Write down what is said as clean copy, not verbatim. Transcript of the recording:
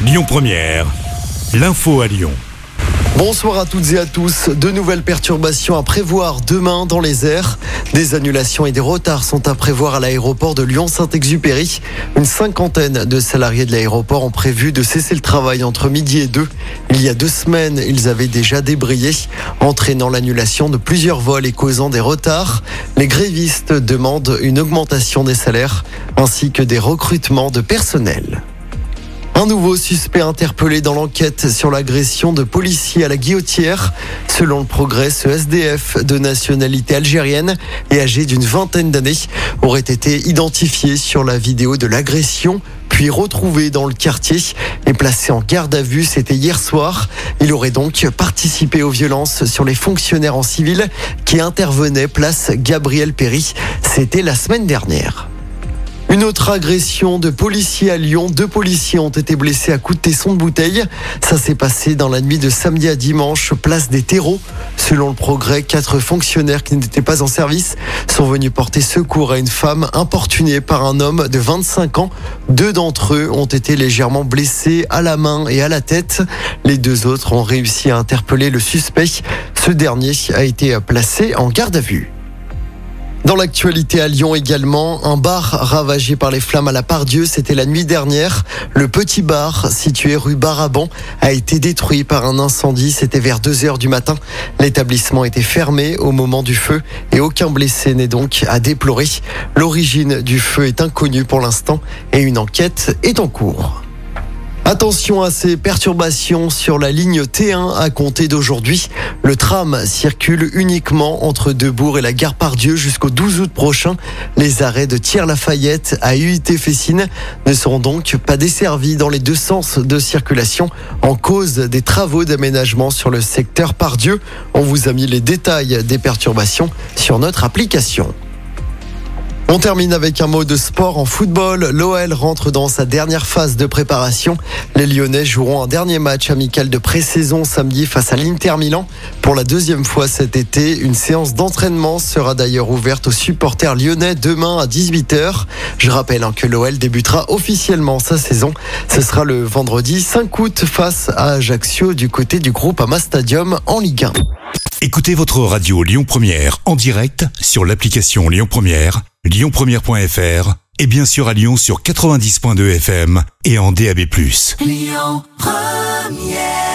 Lyon Première, l'info à Lyon. Bonsoir à toutes et à tous. De nouvelles perturbations à prévoir demain dans les airs. Des annulations et des retards sont à prévoir à l'aéroport de Lyon-Saint-Exupéry. Une cinquantaine de salariés de l'aéroport ont prévu de cesser le travail entre midi et 2. Il y a 2 semaines, ils avaient déjà débrayé, entraînant l'annulation de plusieurs vols et causant des retards. Les grévistes demandent une augmentation des salaires ainsi que des recrutements de personnel. Un nouveau suspect interpellé dans l'enquête sur l'agression de policiers à la Guillotière. Selon le Progrès, ce SDF de nationalité algérienne et âgé d'une vingtaine d'années aurait été identifié sur la vidéo de l'agression, puis retrouvé dans le quartier et placé en garde à vue. C'était hier soir. Il aurait donc participé aux violences sur les fonctionnaires en civil qui intervenaient place Gabriel Péry. C'était la semaine dernière. Une autre agression de policiers à Lyon. 2 policiers ont été blessés à coups de tesson de bouteille. Ça s'est passé dans la nuit de samedi à dimanche, place des Terreaux. Selon le Progrès, 4 fonctionnaires qui n'étaient pas en service sont venus porter secours à une femme importunée par un homme de 25 ans. 2 d'entre eux ont été légèrement blessés à la main et à la tête. Les 2 autres ont réussi à interpeller le suspect. Ce dernier a été placé en garde à vue. Dans l'actualité à Lyon également, un bar ravagé par les flammes à la Part-Dieu, c'était la nuit dernière. Le petit bar, situé rue Baraban, a été détruit par un incendie. C'était vers 2h du matin. L'établissement était fermé au moment du feu et aucun blessé n'est donc à déplorer. L'origine du feu est inconnue pour l'instant et une enquête est en cours. Attention à ces perturbations sur la ligne T1 à compter d'aujourd'hui. Le tram circule uniquement entre Debourg et la gare Part-Dieu jusqu'au 12 août prochain. Les arrêts de Thiers-Lafayette à UIT-Fessines ne seront donc pas desservis dans les 2 sens de circulation en cause des travaux d'aménagement sur le secteur Part-Dieu. On vous a mis les détails des perturbations sur notre application. On termine avec un mot de sport en football. L'OL rentre dans sa dernière phase de préparation. Les Lyonnais joueront un dernier match amical de pré-saison samedi face à l'Inter Milan. Pour la 2e fois cet été, une séance d'entraînement sera d'ailleurs ouverte aux supporters lyonnais demain à 18h. Je rappelle que l'OL débutera officiellement sa saison. Ce sera le vendredi 5 août face à Ajaccio du côté du groupe Ama Stadium en Ligue 1. Écoutez votre radio Lyon Première en direct sur l'application Lyon Première, lyonpremière.fr et bien sûr à Lyon sur 90.2 FM et en DAB+. Lyon Première.